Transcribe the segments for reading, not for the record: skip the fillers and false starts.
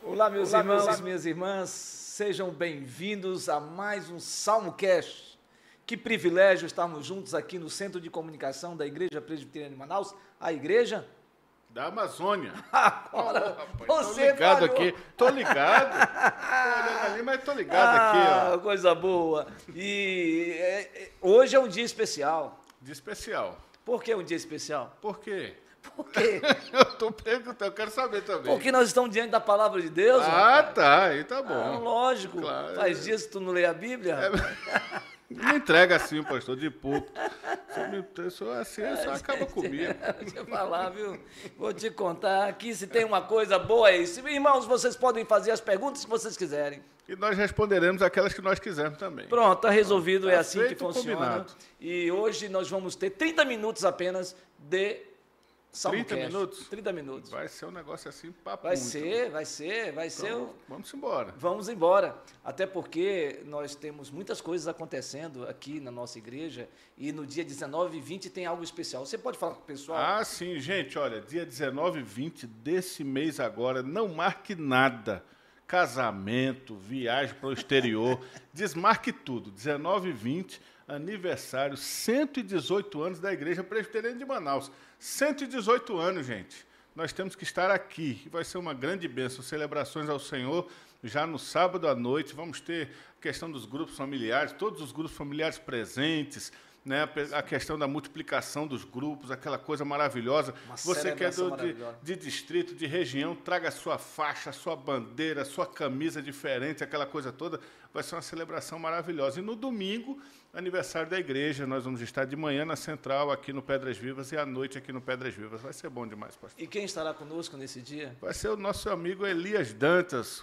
Olá, meus irmãos, minhas irmãs, sejam bem-vindos a mais um SalmoCast. Que privilégio estarmos juntos aqui no Centro de Comunicação da Igreja Presbiteriana de Manaus, a Igreja da Amazônia. Agora, você ligado falhou. Aqui, tô ligado. Tô olhando ali, mas tô ligado aqui, ó. Coisa boa. E hoje é um dia especial. Dia especial. Por que um dia especial? Por quê? Por quê? Eu tô perguntando, eu quero saber também. Porque nós estamos diante da palavra de Deus. Tá, aí tá bom. Lógico. Claro. Faz dias que tu não lê a Bíblia. Não entrega assim, pastor, de púlpito. Assim, só acaba comigo. Deixa eu falar, viu? Vou te contar aqui, se tem uma coisa boa é isso. Irmãos, vocês podem fazer as perguntas que vocês quiserem. E nós responderemos aquelas que nós quisermos também. Pronto, está resolvido, tá é assim que funciona. Combinado. E hoje nós vamos ter 30 minutos apenas de SalmoCast. 30 minutos? 30 minutos. Vai ser um negócio assim, papo. Vai ser. Vamos embora. Vamos embora. Até porque nós temos muitas coisas acontecendo aqui na nossa igreja e no dia 19 e 20 tem algo especial. Você pode falar com o pessoal? Ah, sim, gente, olha, dia 19 e 20 desse mês agora, não marque nada. Casamento, viagem para o exterior, desmarque tudo. 19 e 20, aniversário, 118 anos da Igreja Presbiteriana de Manaus. 118 anos, gente. Nós temos que estar aqui. Vai ser uma grande bênção. Celebrações ao Senhor já no sábado à noite. Vamos ter a questão dos grupos familiares, todos os grupos familiares presentes, né? A questão da multiplicação dos grupos, aquela coisa maravilhosa. Você que é de distrito, de região, traga a sua faixa, a sua bandeira, a sua camisa diferente, aquela coisa toda. Vai ser uma celebração maravilhosa. E no domingo, aniversário da igreja, nós vamos estar de manhã na Central, aqui no Pedras Vivas, e à noite aqui no Pedras Vivas. Vai ser bom demais, pastor. E quem estará conosco nesse dia? Vai ser o nosso amigo Elias Dantas,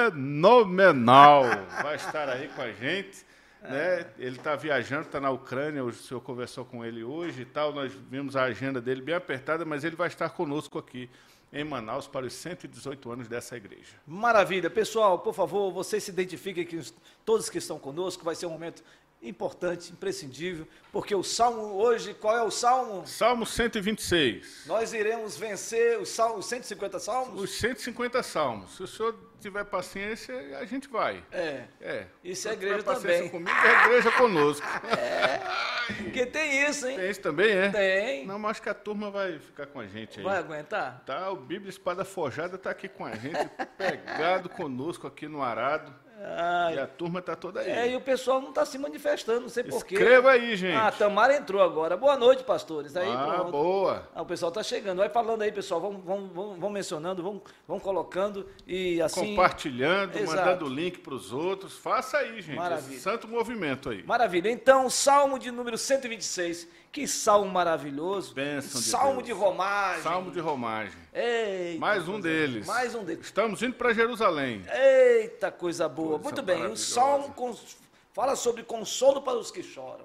fenomenal. Vai estar aí com a gente. Né? Ele está viajando, está na Ucrânia, o senhor conversou com ele hoje e tal, nós vimos a agenda dele bem apertada, mas ele vai estar conosco aqui em Manaus para os 118 anos dessa igreja. Maravilha. Pessoal, por favor, vocês se identifiquem aqui, todos que estão conosco, vai ser um momento importante, imprescindível, porque o Salmo hoje, qual é o Salmo? Salmo 126. Nós iremos vencer os 150 Salmos? Os 150 Salmos. Se o senhor tiver paciência, a gente vai. Isso é a igreja também. Comigo, é a igreja conosco. Porque tem isso, hein? Tem isso também, é? Tem. Não, mas acho que a turma vai ficar com a gente aí. Vai aguentar? Tá, o Bíblia Espada Forjada está aqui com a gente, pegado conosco aqui no arado. E a turma está toda aí. E o pessoal não está se manifestando, não sei porquê. Escreva aí, gente. A Tamara entrou agora. Boa noite, pastores. Aí, pronto. Boa. O pessoal está chegando. Vai falando aí, pessoal. Vão mencionando, vão colocando e assim... Compartilhando, mandando o link para os outros. Faça aí, gente. Maravilha. Esse santo movimento aí. Maravilha. Então, Salmo de número 126. Que salmo maravilhoso. Bênção de Salmo Deus. de romagem. Salmo de romagem. Eita, mais um deles. Mais um deles. Estamos indo para Jerusalém. Eita, coisa boa. Coisa muito bem. O Salmo fala sobre consolo para os que choram.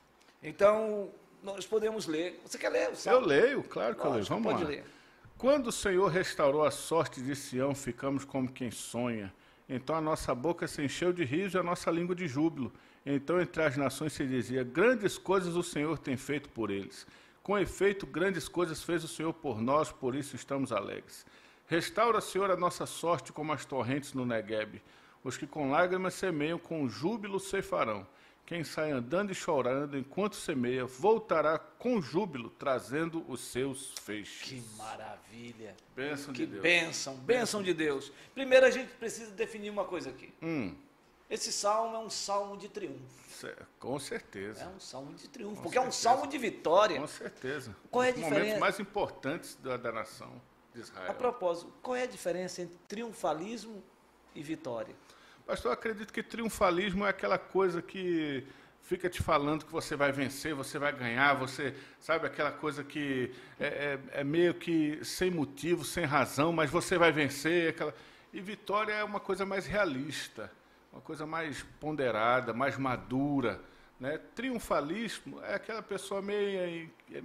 Então, nós podemos ler. Você quer ler o Salmo? Eu leio, claro que eu leio. Vamos lá. Ler. Quando o Senhor restaurou a sorte de Sião, ficamos como quem sonha. Então a nossa boca se encheu de riso e a nossa língua de júbilo. Então entre as nações se dizia, grandes coisas o Senhor tem feito por eles. Com efeito, grandes coisas fez o Senhor por nós, por isso estamos alegres. Restaura, Senhor, a nossa sorte como as torrentes no Neguebe. Os que com lágrimas semeiam, com júbilo ceifarão. Quem sai andando e chorando enquanto semeia, voltará com júbilo, trazendo os seus feixes. Que maravilha. Bênção de Deus. Bênção de Deus. Primeiro a gente precisa definir uma coisa aqui. Esse salmo é um salmo de triunfo. Com certeza. É um salmo de triunfo, porque é um salmo de vitória. Com certeza. Qual é a diferença? diferença? Momentos mais importantes da nação de Israel. A propósito, qual é a diferença entre triunfalismo e vitória? Pastor, eu acredito que triunfalismo é aquela coisa que fica te falando que você vai vencer, você vai ganhar, você sabe aquela coisa que é meio que sem motivo, sem razão, mas você vai vencer. E vitória é uma coisa mais realista, uma coisa mais ponderada, mais madura. Né? Triunfalismo é aquela pessoa meio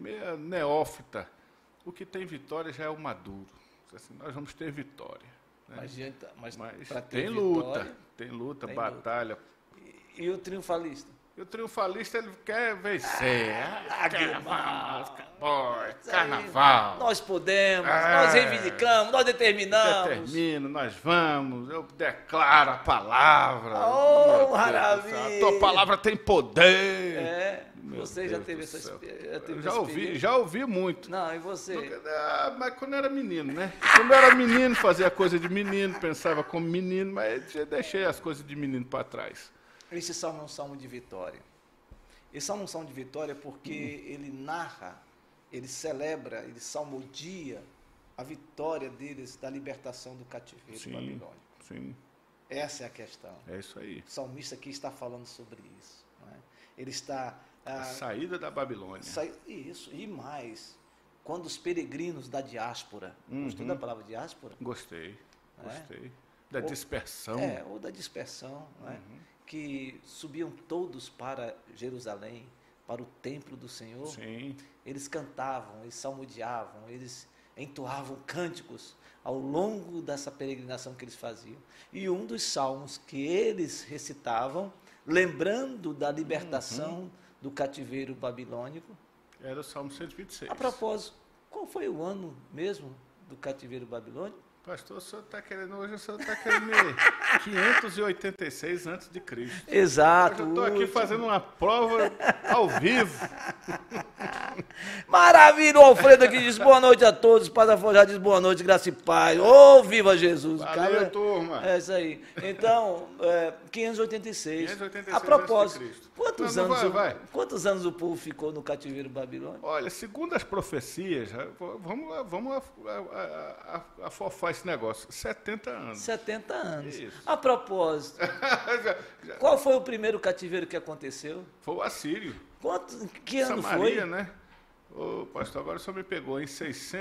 neófita. O que tem vitória já é o maduro. Assim, nós vamos ter vitória. Né? Mas tem luta, tem batalha. Luta. E o triunfalista? E o triunfalista, ele quer vencer. Carnaval. Nós podemos, nós reivindicamos, nós determinamos. Determino, nós vamos, eu declaro a palavra. Oh, maravilha! A tua palavra tem poder. Você já teve essa experiência? Já ouvi muito. Não, e você? Mas quando eu era menino, né? Quando eu era menino, fazia coisa de menino, pensava como menino, mas eu deixei as coisas de menino para trás. Esse salmo é um salmo de vitória. Esse salmo é um salmo de vitória porque ele narra, ele celebra, ele salmodia a vitória deles da libertação do cativeiro babilônico. Sim. Essa é a questão. É isso aí. O salmista aqui está falando sobre isso. Não é? Ele está... A saída da Babilônia. Isso, e mais, quando os peregrinos da diáspora, gostou da palavra diáspora? Gostei. É? Da dispersão. Ou da dispersão, não é? Que subiam todos para Jerusalém, para o templo do Senhor. Sim. Eles cantavam, eles salmodiavam, eles entoavam cânticos ao longo dessa peregrinação que eles faziam. E um dos salmos que eles recitavam, lembrando da libertação do cativeiro babilônico, era o Salmo 126. A propósito, qual foi o ano mesmo do cativeiro babilônico? Pastor, hoje o senhor está querendo 586 antes de Cristo. Exato. Eu estou aqui fazendo uma prova ao vivo. Maravilha, o Alfredo aqui diz boa noite a todos, Padre Afonso diz boa noite, graça e paz. Oh, viva Jesus. Valeu, turma. É isso aí. Então, 586. 586 a propósito, antes de Cristo. Quantos anos o povo ficou no cativeiro babilônico? Olha, segundo as profecias, vamos afofar esse negócio, 70 anos. 70 anos. Isso. A propósito, qual foi o primeiro cativeiro que aconteceu? Foi o Assírio. Que ano Samaria, foi? né? Ô, pastor, agora só me pegou em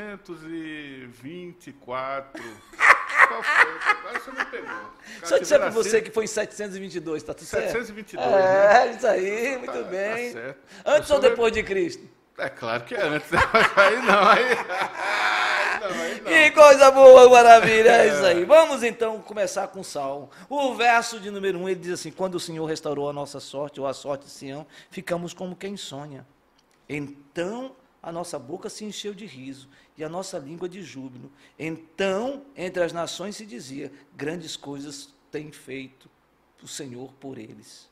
624. Qual foi? Agora só me pegou. Se eu disser para você que foi em 722, tá tudo certo? 722, né? Isso aí, muito bem. Tá certo. Antes ou depois de Cristo? É claro que é antes. Aí não, aí não. Que coisa boa, maravilha, é isso aí. Vamos então começar com o Salmo. O verso de número 1, ele diz assim: quando o Senhor restaurou a nossa sorte, ou a sorte de Sião, ficamos como quem sonha. Então a nossa boca se encheu de riso e a nossa língua de júbilo. Então, entre as nações se dizia: grandes coisas tem feito o Senhor por eles.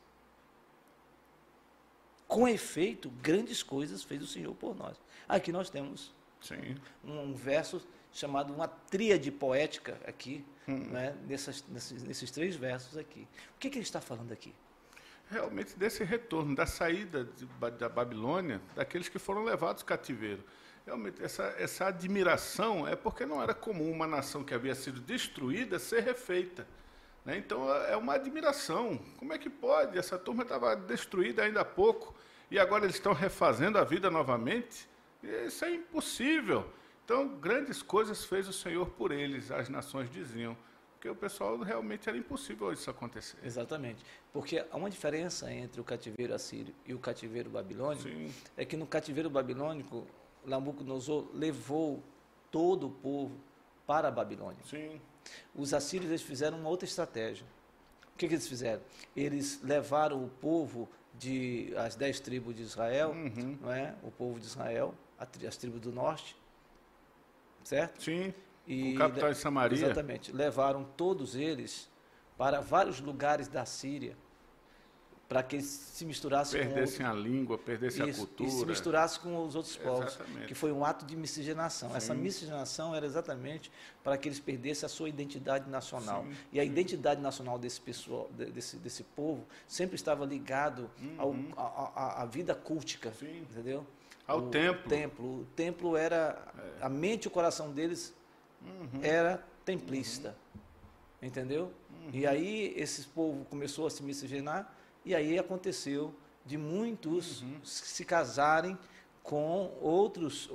Com efeito, grandes coisas fez o Senhor por nós. Aqui nós temos um verso chamado uma tríade poética aqui, né, nesses três versos aqui. O que ele está falando aqui? Realmente desse retorno, da saída da Babilônia, daqueles que foram levados cativeiro. Realmente essa admiração é porque não era comum uma nação que havia sido destruída ser refeita. Né? Então é uma admiração. Como é que pode? Essa turma estava destruída ainda há pouco e agora eles estão refazendo a vida novamente? Isso é impossível. Então, grandes coisas fez o Senhor por eles, as nações diziam. Porque o pessoal realmente era impossível isso acontecer. Exatamente. Porque há uma diferença entre o cativeiro assírio e o cativeiro babilônico. Sim. É que no cativeiro babilônico, Nabucodonosor levou todo o povo para a Babilônia. Sim. Os assírios eles fizeram uma outra estratégia. O que eles fizeram? Eles levaram o povo as 10 tribos de Israel, não é? O povo de Israel, as tribos do norte, certo? Sim. E o capital de Samaria. Exatamente. Levaram todos eles para vários lugares da Síria, para que eles se misturassem perdessem a língua, perdessem a cultura. E se misturassem com os outros povos, exatamente. Que foi um ato de miscigenação. Sim. Essa miscigenação era exatamente para que eles perdessem a sua identidade nacional. Sim. E a identidade nacional desse pessoal, desse povo, sempre estava ligado à vida cultica, Sim. entendeu? Ao templo. O templo era a mente e o coração deles era templista, entendeu? E aí esse povo começou a se miscigenar. E aí aconteceu de muitos se casarem com outros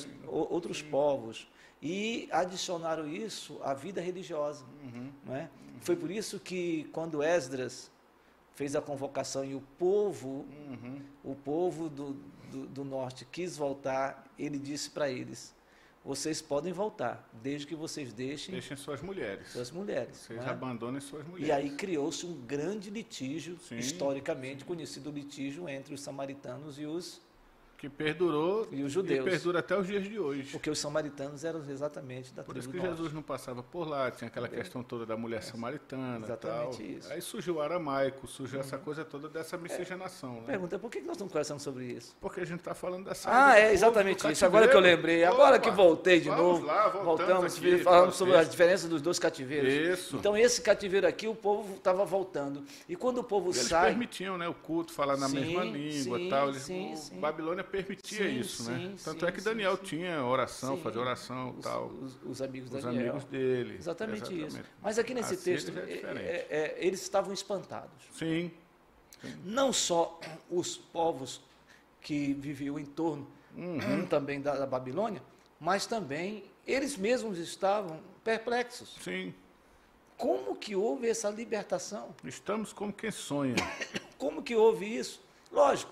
povos e adicionaram isso à vida religiosa. Não é? Foi por isso que quando Esdras fez a convocação e o povo do norte quis voltar, ele disse para eles: vocês podem voltar, desde que vocês deixem suas mulheres. suas mulheres. Vocês não é? abandonem suas mulheres. E aí criou-se um grande litígio, Sim, historicamente conhecido litígio entre os samaritanos e os que perdurou judeus. e perdura até os dias de hoje. Porque os samaritanos eram exatamente da Por tribo isso que do norte. Jesus não passava por lá, tinha aquela questão toda da mulher samaritana. Exatamente tal. isso. Aí surgiu o aramaico, surgiu essa coisa toda dessa miscigenação. Né? Pergunta, por que nós estamos conversando sobre isso? Porque a gente está falando da saída do É povo exatamente do isso. Agora que eu cativeiro. lembrei, agora que Opa, voltei de vamos novo, lá, voltamos aqui, falamos sobre a texto. diferença dos dois cativeiros. Isso. Então, esse cativeiro aqui, o povo estava voltando. E quando o povo Eles sai... permitiam, né, o culto falar na Sim, mesma língua sim, e tal. sim, sim. Babilônia permitia Sim, isso, né? sim, Tanto sim, é que sim, Daniel sim. tinha oração, Sim, fazia oração e tal. Os amigos Os Daniel. amigos dele. Exatamente isso. Mas aqui nesse Assim texto, ele já é diferente. eles estavam espantados. Sim, Não só os povos que viviam em torno também da Babilônia, mas também eles mesmos estavam perplexos. sim. Como que houve essa libertação? Estamos como quem sonha. Como que houve isso? Lógico.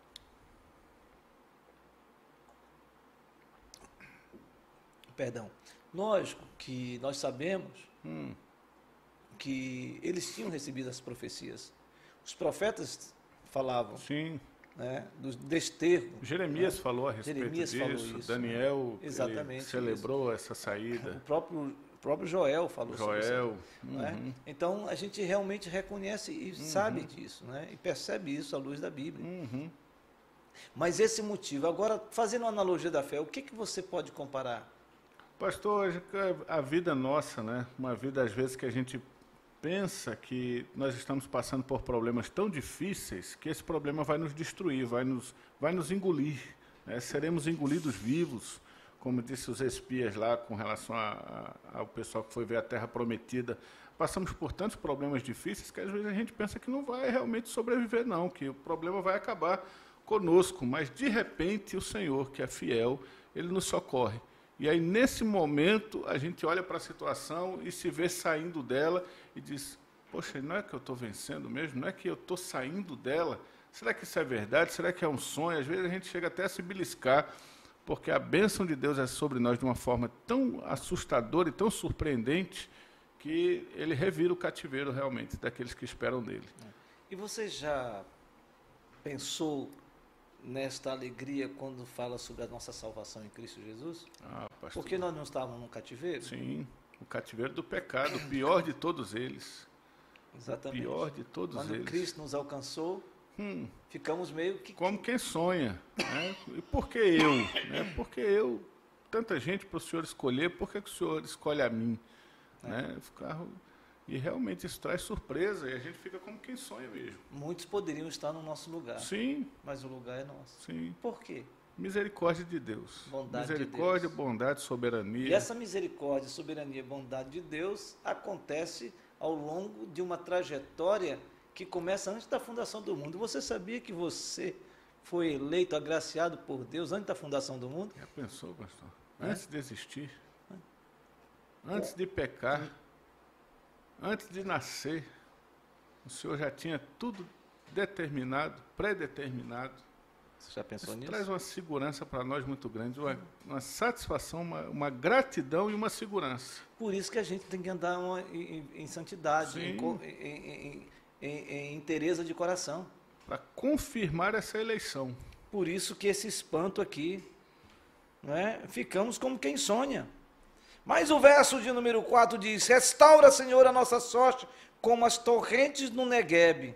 Perdão. Lógico que nós sabemos que eles tinham recebido as profecias. Os profetas falavam, Sim. né, do desterro. Jeremias falou a respeito Jeremias disso. falou isso, Daniel ele Exatamente celebrou essa O saída. próprio Joel falou sobre isso. Joel. Não é? Então, a gente realmente reconhece e sabe disso, né? E percebe isso à luz da Bíblia. Mas esse motivo, agora, fazendo uma analogia da fé, o que você pode comparar? Pastor, a vida nossa, né? Uma vida, às vezes, que a gente pensa que nós estamos passando por problemas tão difíceis que esse problema vai nos destruir, vai nos engolir. Né? Seremos engolidos vivos, como disse os espias lá com relação ao pessoal que foi ver a Terra Prometida. Passamos por tantos problemas difíceis que às vezes a gente pensa que não vai realmente sobreviver, não, que o problema vai acabar conosco. Mas, de repente, o Senhor, que é fiel, Ele nos socorre. E aí, nesse momento, a gente olha para a situação e se vê saindo dela e diz, poxa, não é que eu estou vencendo mesmo? Não é que eu estou saindo dela? Será que isso é verdade? Será que é um sonho? Às vezes a gente chega até a se beliscar, porque a bênção de Deus é sobre nós de uma forma tão assustadora e tão surpreendente que Ele revira o cativeiro realmente daqueles que esperam nele. E você já pensou nesta alegria quando fala sobre a nossa salvação em Cristo Jesus? Pastor. Porque nós não estávamos no cativeiro? Sim, o cativeiro do pecado, o pior de todos eles. Exatamente. O pior de todos Quando eles. Cristo nos alcançou, ficamos meio que... Como quem sonha. Né? E por que eu? Né? Porque eu, tanta gente para o Senhor escolher, por que o Senhor escolhe a mim? Né? E realmente isso traz surpresa e a gente fica como quem sonha mesmo. Muitos poderiam estar no nosso lugar, Sim, mas o lugar é nosso. sim. Por quê? Misericórdia de Deus. Bondade Misericórdia, de Deus. bondade, soberania. E essa misericórdia, soberania e bondade de Deus acontece ao longo de uma trajetória que começa antes da fundação do mundo. Você sabia que você foi eleito, agraciado por Deus antes da fundação do mundo? Já pensou, pastor? Antes de existir, antes de pecar, antes de nascer, o Senhor já tinha tudo determinado, predeterminado. Você já pensou Isso nisso? traz uma segurança para nós muito grande, uma satisfação, uma gratidão e uma segurança. Por isso que a gente tem que andar em santidade, Sim. em inteireza de coração. Para confirmar essa eleição. Por isso que esse espanto aqui, né, ficamos como quem sonha. Mas o verso de número 4 diz, restaura, Senhor, a nossa sorte, como as torrentes no Neguebe.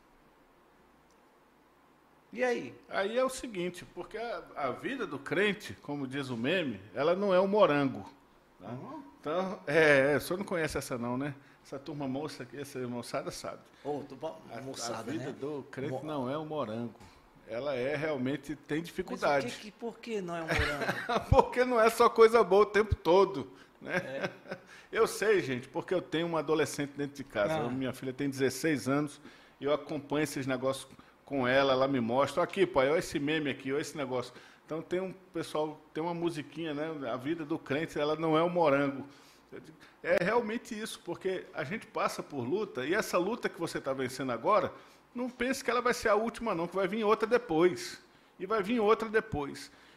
E aí? Aí é o seguinte, porque a vida do crente, como diz o meme, ela não é um morango. Tá? Então, o senhor não conhece essa não, né? Essa turma moça aqui, essa moçada sabe. Moçada, a vida né? do crente não é um morango. Ela realmente tem dificuldade. Mas por que não é um morango? Porque não é só coisa boa o tempo todo. Né? Eu sei, gente, porque eu tenho uma adolescente dentro de casa. Minha filha tem 16 anos e eu acompanho esses negócios com ela, ela me mostra. Aqui, pai, olha esse meme aqui, olha esse negócio. Então tem um pessoal, tem uma musiquinha, né? A vida do crente, ela não é um morango. É realmente isso, porque a gente passa por luta, e essa luta que você está vencendo agora, não pense que ela vai ser a última não, que vai vir outra depois. E vai vir outra depois.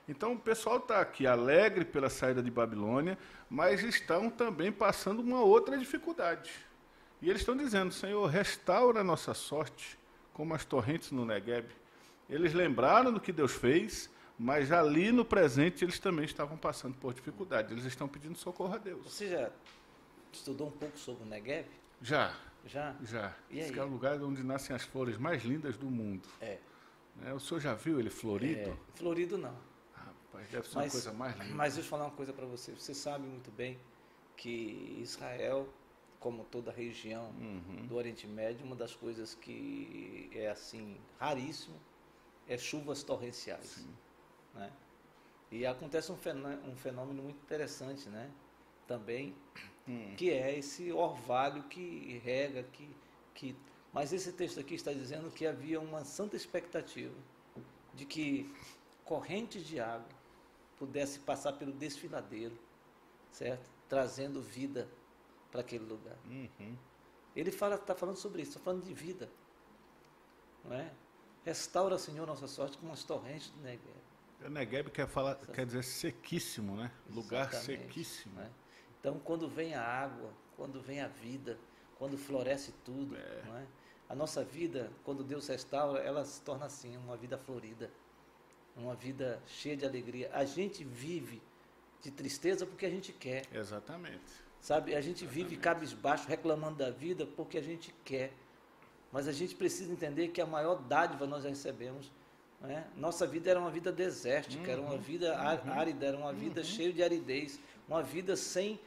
Então, o pessoal está aqui alegre pela saída de Babilônia, mas estão também passando uma outra dificuldade. E eles estão dizendo, Senhor, restaura a nossa sorte, como as torrentes no Negueb. Eles lembraram do que Deus fez, mas ali no presente eles também estavam passando por dificuldade. Eles estão pedindo socorro a Deus. Você já estudou um pouco sobre o Negueb? Já. Já? Já. E Diz aí? que é o lugar onde nascem as flores mais lindas do mundo. É. O senhor já viu ele florido? Florido não. Rapaz, deve ser uma coisa mais linda. Mas deixa eu falar uma coisa para você. Você sabe muito bem que Israel, como toda a região do Oriente Médio, uma das coisas que é assim raríssimo é chuvas torrenciais. Sim. Né? E acontece um fenômeno muito interessante, né? Também, que é esse orvalho que rega, mas esse texto aqui está dizendo que havia uma santa expectativa de que correntes de água pudesse passar pelo desfiladeiro, certo? Trazendo vida para aquele lugar. Ele está falando sobre isso, está falando de vida. Não é? Restaura, Senhor, nossa sorte com as torrentes do Negueb. O Negueb quer dizer sequíssimo, né? Lugar sequíssimo. Né? Então, quando vem a água, quando vem a vida, quando floresce tudo, não é? A nossa vida, quando Deus restaura, ela se torna assim, uma vida florida, uma vida cheia de alegria. A gente vive de tristeza porque a gente quer. Exatamente. Sabe, a gente vive cabisbaixo, reclamando da vida porque a gente quer. Mas a gente precisa entender que a maior dádiva nós recebemos. Né? Nossa vida era uma vida desértica, era uma vida árida, era uma vida cheia de aridez, uma vida sem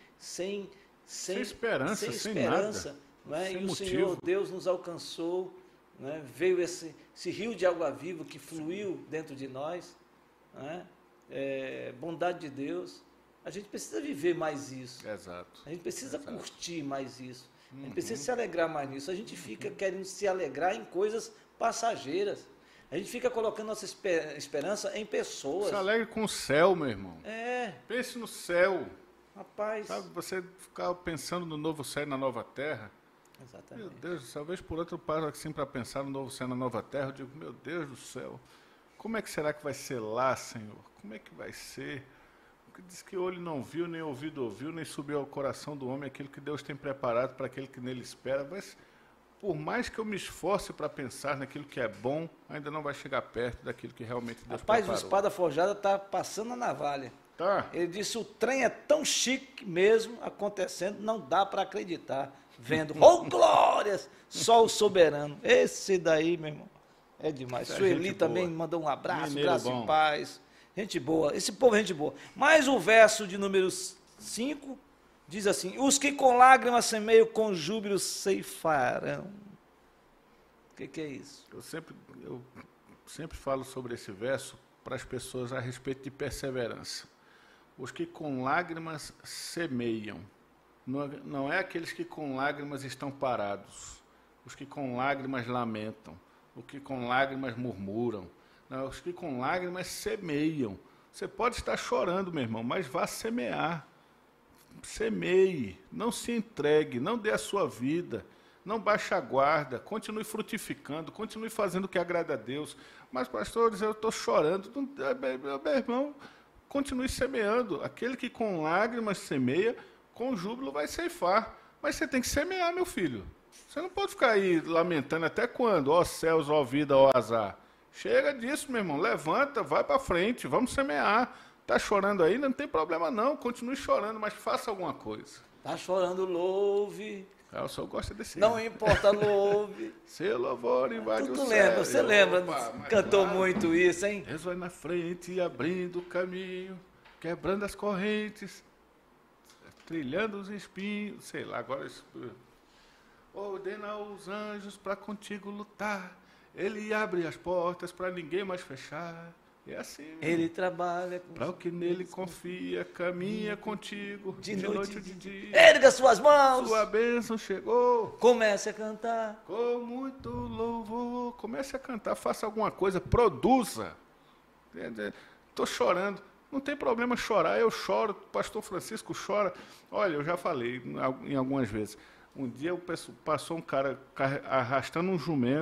esperança, sem nada. Né? Sem e o motivo. Senhor, Deus nos alcançou, né? Veio esse rio de água viva que fluiu dentro de nós, né? Bondade de Deus. A gente precisa viver mais isso. Exato. A gente precisa curtir mais isso. A gente precisa se alegrar mais nisso. A gente fica querendo se alegrar em coisas passageiras. A gente fica colocando nossa esperança em pessoas. Se alegre com o céu, meu irmão. Pense no céu. Rapaz. Sabe, você ficar pensando no novo céu e na nova terra. Exatamente. Meu Deus do céu, vez por outra eu paro assim para pensar no novo céu e na nova terra. Eu digo, meu Deus do céu, como é que será que vai ser lá, Senhor? Como é que vai ser? Porque diz que olho não viu, nem ouvido ouviu, nem subiu ao coração do homem aquilo que Deus tem preparado para aquele que nele espera. Mas por mais que eu me esforce para pensar naquilo que é bom, ainda não vai chegar perto daquilo que realmente Deus preparou. Rapaz, o Espada Forjada está passando a navalha. Tá. Ele disse, o trem é tão chique mesmo acontecendo, não dá para acreditar. Vendo, oh glórias, só o soberano. Esse daí, meu irmão, é demais. Sueli também mandou um abraço, Mineiro graça bom. e paz. Gente boa, esse povo é gente boa. Mas o verso de número 5 diz assim, os que com lágrimas semeiam, com júbilo ceifarão. O que é isso? Eu sempre falo sobre esse verso para as pessoas a respeito de perseverança. Os que com lágrimas semeiam. Não é aqueles que com lágrimas estão parados. Os que com lágrimas lamentam. Os que com lágrimas murmuram. Não, os que com lágrimas semeiam. Você pode estar chorando, meu irmão, mas vá semear. Semeie. Não se entregue. Não dê a sua vida. Não baixe a guarda. Continue frutificando. Continue fazendo o que agrada a Deus. Mas, pastores, eu estou chorando. Meu irmão, continue semeando. Aquele que com lágrimas semeia, com júbilo vai ceifar. Mas você tem que semear, meu filho. Você não pode ficar aí lamentando até quando? Ó céus, ó vida, ó azar. Chega disso, meu irmão. Levanta, vai para frente, vamos semear. Tá chorando aí? Não tem problema não. Continue chorando, mas faça alguma coisa. Tá chorando, louve. Eu só gosto desse. Não importa, louve. Seu louvor invade o céu. Lembra, você lembra? Cantou muito isso, hein? Deus vai na frente, abrindo o caminho, quebrando as correntes, trilhando os espinhos, sei lá, agora... Ordena os anjos para contigo lutar, ele abre as portas para ninguém mais fechar. É assim, ele trabalha para o que nele confia, caminha contigo de noite e de dia. Erga suas mãos, sua bênção chegou. Comece a cantar com muito louvor. Comece a cantar, faça alguma coisa, produza. Estou chorando. Não tem problema chorar, eu choro, o pastor Francisco chora. Olha, eu já falei em algumas vezes. Um dia passou um cara arrastando um jumento,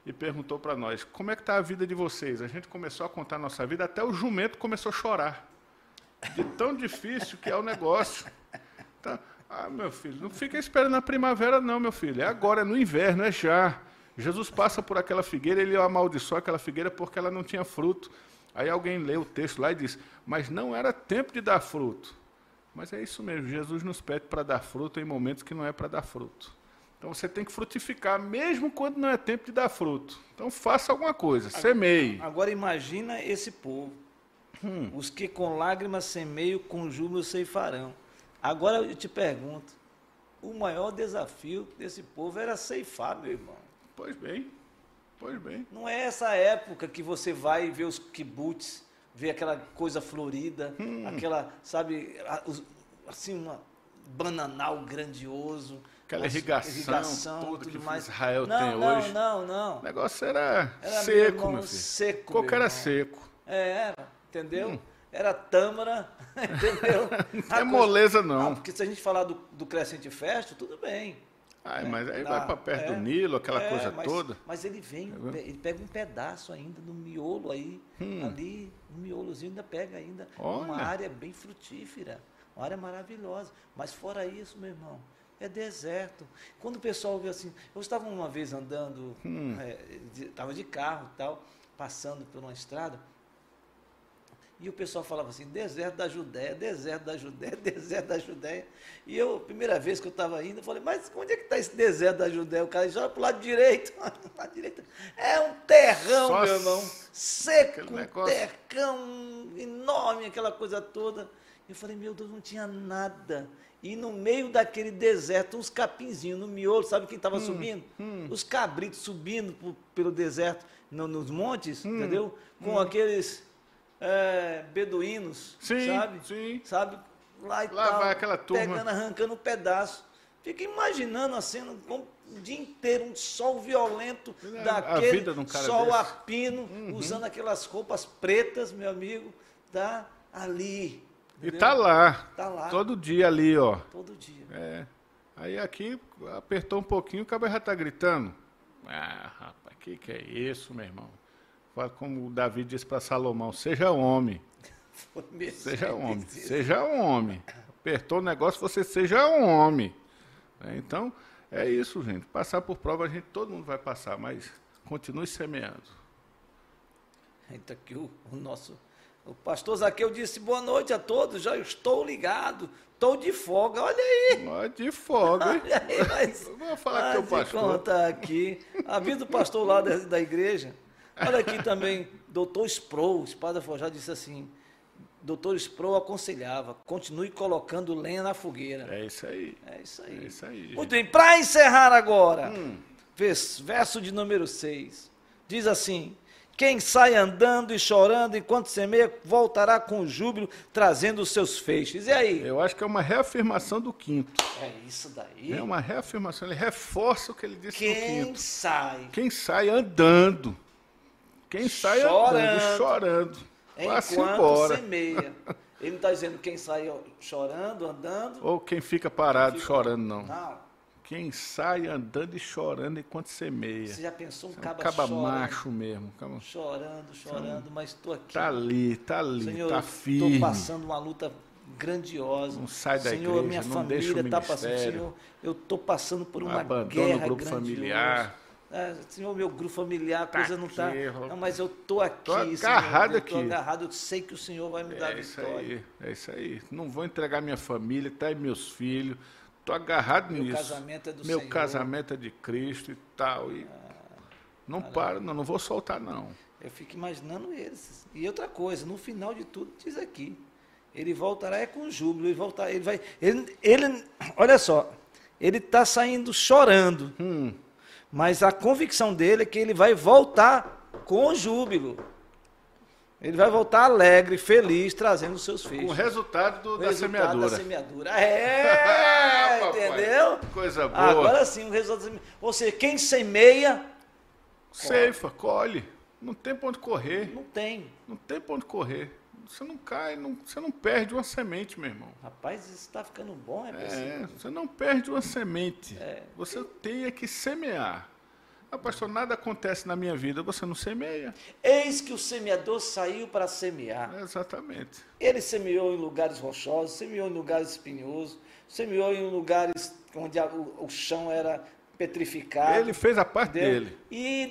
e perguntou para nós, como é que está a vida de vocês? A gente começou a contar a nossa vida, até o jumento começou a chorar. De tão difícil que é o negócio. Tá? Ah, meu filho, não fica esperando a primavera não, meu filho. É agora, é no inverno, é já. Jesus passa por aquela figueira, ele amaldiçoou aquela figueira porque ela não tinha fruto. Aí alguém lê o texto lá e diz, mas não era tempo de dar fruto. Mas é isso mesmo, Jesus nos pede para dar fruto em momentos que não é para dar fruto. Então você tem que frutificar, mesmo quando não é tempo de dar fruto. Então faça alguma coisa, semeie. Agora imagina esse povo. Os que com lágrimas semeiam, com júbilo ceifarão. Agora eu te pergunto, o maior desafio desse povo era ceifar, meu irmão. Pois bem, pois bem. Não é essa época que você vai ver os kibbutz, ver aquela coisa florida, aquela, sabe, assim, um bananal grandioso. Aquela irrigação tudo tudo que mais. Israel tem hoje. Não. O negócio era seco, meu irmão, meu filho. seco, Coco meu era irmão. seco. Era, entendeu? Era tâmara, entendeu? Não é moleza, não. Porque se a gente falar do Crescente Festo, tudo bem. Ai, mas aí vai para perto do Nilo, aquela coisa toda. Mas ele vem, ele pega um pedaço ainda no miolo aí, ali, no miolozinho ainda pega ainda. Uma Olha. área bem frutífera, uma área maravilhosa. Mas fora isso, meu irmão, é deserto. Quando o pessoal vê assim, eu estava uma vez andando, estava de carro e tal, passando por uma estrada, e o pessoal falava assim, deserto da Judéia, deserto da Judéia, deserto da Judéia. E eu, primeira vez que eu estava indo, eu falei, mas onde é que está esse deserto da Judéia? O cara disse, olha para o lado direito. Lado direito. É um terrão, Só meu irmão, seco, um negócio. terrão enorme, aquela coisa toda. Eu falei, meu Deus, não tinha nada. E no meio daquele deserto, uns capinzinhos no miolo, sabe quem estava subindo? Os cabritos subindo pelo deserto, nos montes, entendeu? Com aqueles beduínos, Sim, sabe? sim. Sabe? Lá e Lá tal, vai aquela turma. pegando, arrancando um pedaço. Fica imaginando a cena, o dia inteiro, um sol violento, A daquele vida de um cara sol desse. a pino, usando aquelas roupas pretas, meu amigo, tá ali. E entendeu? tá lá. Tá lá. Todo dia ali, ó. Todo dia. É. Aí aqui apertou um pouquinho, o cara já tá gritando. Ah, rapaz, que é isso, meu irmão? Fala como o Davi disse para Salomão, seja homem. Foi mesmo. Seja homem. Seja um homem. Apertou o negócio, você seja um homem. Então, é isso, gente. Passar por prova, todo mundo vai passar, mas continue semeando. Então aqui o pastor Zaqueu disse, boa noite a todos, já estou ligado, estou de folga, olha aí. Ó, de folga, hein? Olha aí, mas, Eu vou falar com o teu pastor. conta aqui, avisa do pastor lá da igreja. Olha aqui também, doutor Sproul, espada forjada, disse assim, doutor Sproul aconselhava, continue colocando lenha na fogueira. É isso aí. É isso aí. É isso aí. Muito bem, para encerrar agora, verso de número 6, diz assim, quem sai andando e chorando enquanto semeia, voltará com júbilo, trazendo os seus feixes. E aí? Eu acho que é uma reafirmação do quinto. É isso daí. É uma reafirmação. Ele reforça o que ele disse no Quem quinto. sai Quem sai andando. Quem sai andando, chorando. Vá-se enquanto embora. semeia. Ele não está dizendo quem sai chorando, andando. Ou quem fica parado fica- chorando, não. Não. Quem sai andando e chorando enquanto semeia. Você já pensou um É um caba caba chorando, macho mesmo. chorando, mas estou aqui. Tá ali, Senhor, tá estou firme. passando uma luta grandiosa. Não sai da Senhor, igreja, minha não deixa o família está passando. ministério. Senhor, eu estou passando por uma Abandona o guerra grupo grandiosa. familiar. Senhor, meu grupo familiar, a Tá coisa não está. aqui, Não, mas eu estou aqui. Tô agarrado Senhor, eu estou aqui. agarrado, eu sei que o Senhor vai me dar É isso vitória. aí, é isso aí. Não vou entregar minha família, tá aí meus filhos. Tô agarrado Meu nisso. casamento é do Meu Senhor. casamento é de Cristo e tal. E não paro, não vou soltar, não. Eu fico imaginando eles. E outra coisa, no final de tudo, diz aqui, ele voltará com júbilo, olha só, ele está saindo chorando, mas a convicção dele é que ele vai voltar com júbilo. Ele vai voltar alegre, feliz, trazendo os seus filhos. Com o resultado O da resultado semeadura. da semeadura. É, Papai, entendeu? Coisa boa. Agora sim, o resultado da semeadura. Ou seja, quem semeia, Ceifa, colhe. Não tem pra onde correr. não tem. Não tem pra onde correr. Você não cai, você não perde uma semente, meu irmão. Rapaz, isso está ficando bom, é possível. Você não perde uma semente. É. Você tem é que semear. Ah, pastor, nada acontece na minha vida, você não semeia. Eis que o semeador saiu para semear. Exatamente. Ele semeou em lugares rochosos, semeou em lugares espinhosos, semeou em lugares onde o chão era petrificado. Ele fez a parte dele. E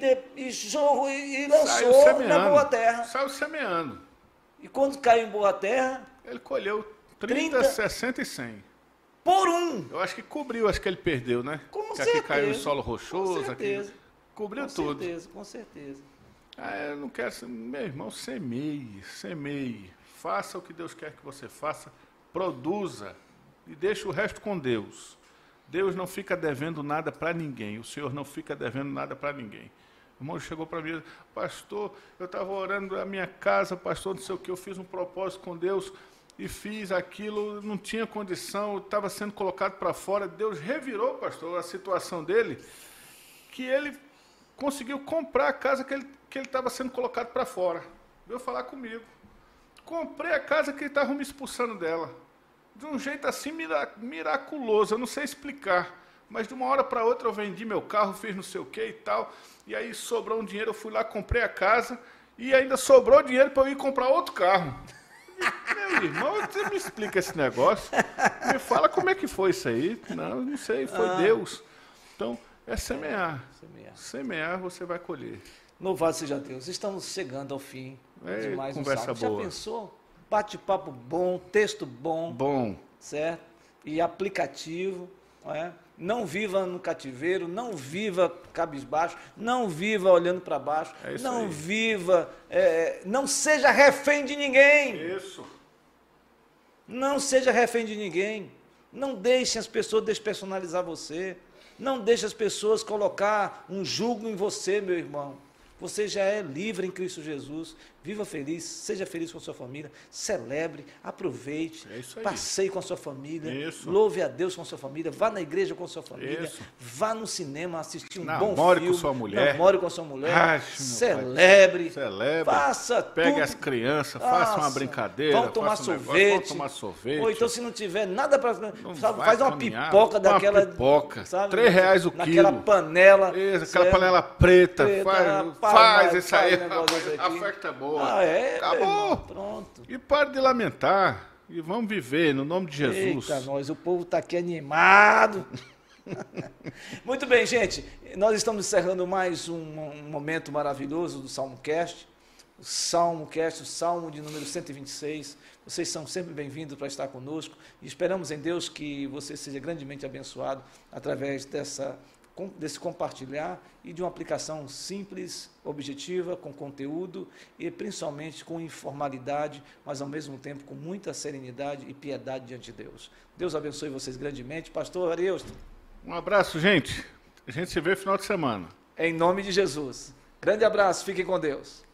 lançou na boa terra. Saiu semeando. E quando caiu em boa terra... Ele colheu 30, 60 e 100. Por um. Eu acho que cobriu, acho que ele perdeu, né? Com que certeza. Aqui caiu em solo rochoso. Com certeza. Aqui cobriu com tudo. Com certeza, com certeza. Ah, eu não quero... Meu irmão, semeie, semeie. Faça o que Deus quer que você faça. Produza. E deixa o resto com Deus. Deus não fica devendo nada para ninguém. O Senhor não fica devendo nada para ninguém. O irmão chegou para mim, pastor, eu estava orando na minha casa, pastor, não sei o que, eu fiz um propósito com Deus e fiz aquilo, não tinha condição, estava sendo colocado para fora. Deus revirou, pastor, a situação dele, que ele conseguiu comprar a casa que ele estava sendo colocado para fora. Veio falar comigo. Comprei a casa que ele estava me expulsando dela. De um jeito assim miraculoso, eu não sei explicar. Mas de uma hora para outra eu vendi meu carro, fiz não sei o que e tal. E aí sobrou um dinheiro, eu fui lá, comprei a casa. E ainda sobrou dinheiro para eu ir comprar outro carro. Meu irmão, você me explica esse negócio. Me fala como é que foi isso aí. Não sei, foi Deus. Então, é semear. Semear, você vai colher. Louvado seja Deus. Estamos chegando ao fim de mais um conversa salmo. boa. Já pensou? Bate-papo bom, texto bom. Bom. Certo? E aplicativo. Não é? Não viva no cativeiro, não viva cabisbaixo, não viva olhando para baixo, não aí. Viva, não seja refém de ninguém. Isso. Não seja refém de ninguém. Não deixe as pessoas despersonalizar você. Não deixe as pessoas colocar um jugo em você, meu irmão. Você já é livre em Cristo Jesus. Viva feliz, seja feliz com a sua família, celebre, aproveite, passeie com a sua família, louve a Deus com a sua família, vá na igreja com a sua família, vá no cinema assistir um bom filme, namore com sua mulher, celebre, faça pegue tudo. As crianças, faça uma brincadeira, vão tomar sorvete, ou então se não tiver nada para faz uma pipoca daquela, pipoca, sabe, R$3 o quilo, naquela panela, aquela panela preta, faz isso aí, a festa é boa. Acabou. Pronto. E pare de lamentar. E vamos viver no nome de Jesus. Eita, o povo está aqui animado. Muito bem, gente. Nós estamos encerrando mais um momento maravilhoso do SalmoCast. O SalmoCast, o Salmo de número 126. Vocês são sempre bem-vindos para estar conosco. E esperamos em Deus que você seja grandemente abençoado através desse compartilhar e de uma aplicação simples, objetiva, com conteúdo e principalmente com informalidade, mas ao mesmo tempo com muita serenidade e piedade diante de Deus. Deus abençoe vocês grandemente. Pastor Ariosto. Um abraço, gente. A gente se vê no final de semana. Em nome de Jesus. Grande abraço, fiquem com Deus.